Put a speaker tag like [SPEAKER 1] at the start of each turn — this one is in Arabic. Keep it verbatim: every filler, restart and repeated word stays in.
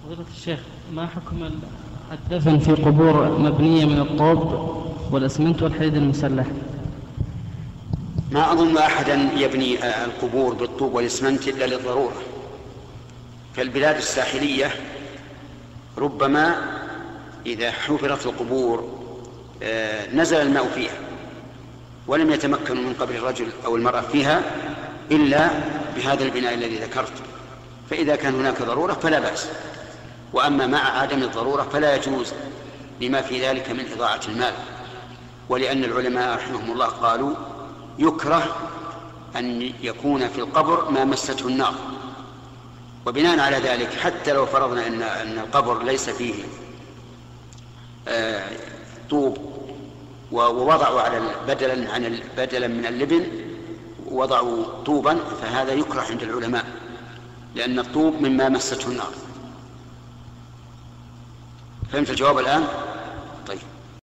[SPEAKER 1] فضيلة الشيخ، ما حكم الدفن في قبور مبنية من الطوب والأسمنت والحديد المسلح؟
[SPEAKER 2] ما أظن أحدا يبني القبور بالطوب والإسمنت إلا للضرورة. فالبلاد الساحلية ربما إذا حفرت القبور نزل الماء فيها ولم يتمكنوا من قبر الرجل أو المرأة فيها إلا بهذا البناء الذي ذكرت، فإذا كان هناك ضرورة فلا بأس. وأما مع عدم الضرورة فلا يجوز لما في ذلك من إضاعة المال. ولأن العلماء رحمهم الله قالوا يكره أن يكون في القبر ما مسته النار. وبناء على ذلك حتى لو فرضنا أن أن القبر ليس فيه آه طوب ووضعوا على بدلا عن بدلا من اللبن وضعوا طوبا، فهذا يكره عند العلماء، لأن الطوب مما مسته النار. فهمت الجواب الآن؟ طيب.